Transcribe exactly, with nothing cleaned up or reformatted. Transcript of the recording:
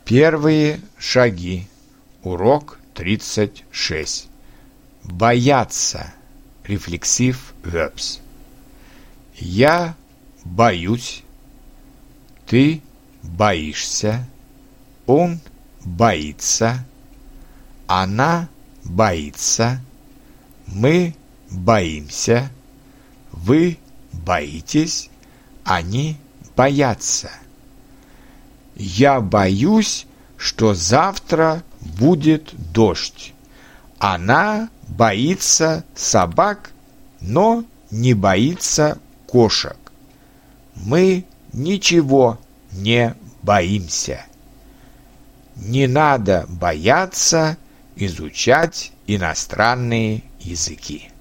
Первые шаги. Урок тридцать шесть. Бояться. Reflexive verbs. Я боюсь. Ты боишься. Он боится. Она боится. Мы боимся. Вы боитесь. Они боятся. Я боюсь, что завтра будет дождь. Она боится собак, но не боится кошек. Мы ничего не боимся. Не надо бояться изучать иностранные языки.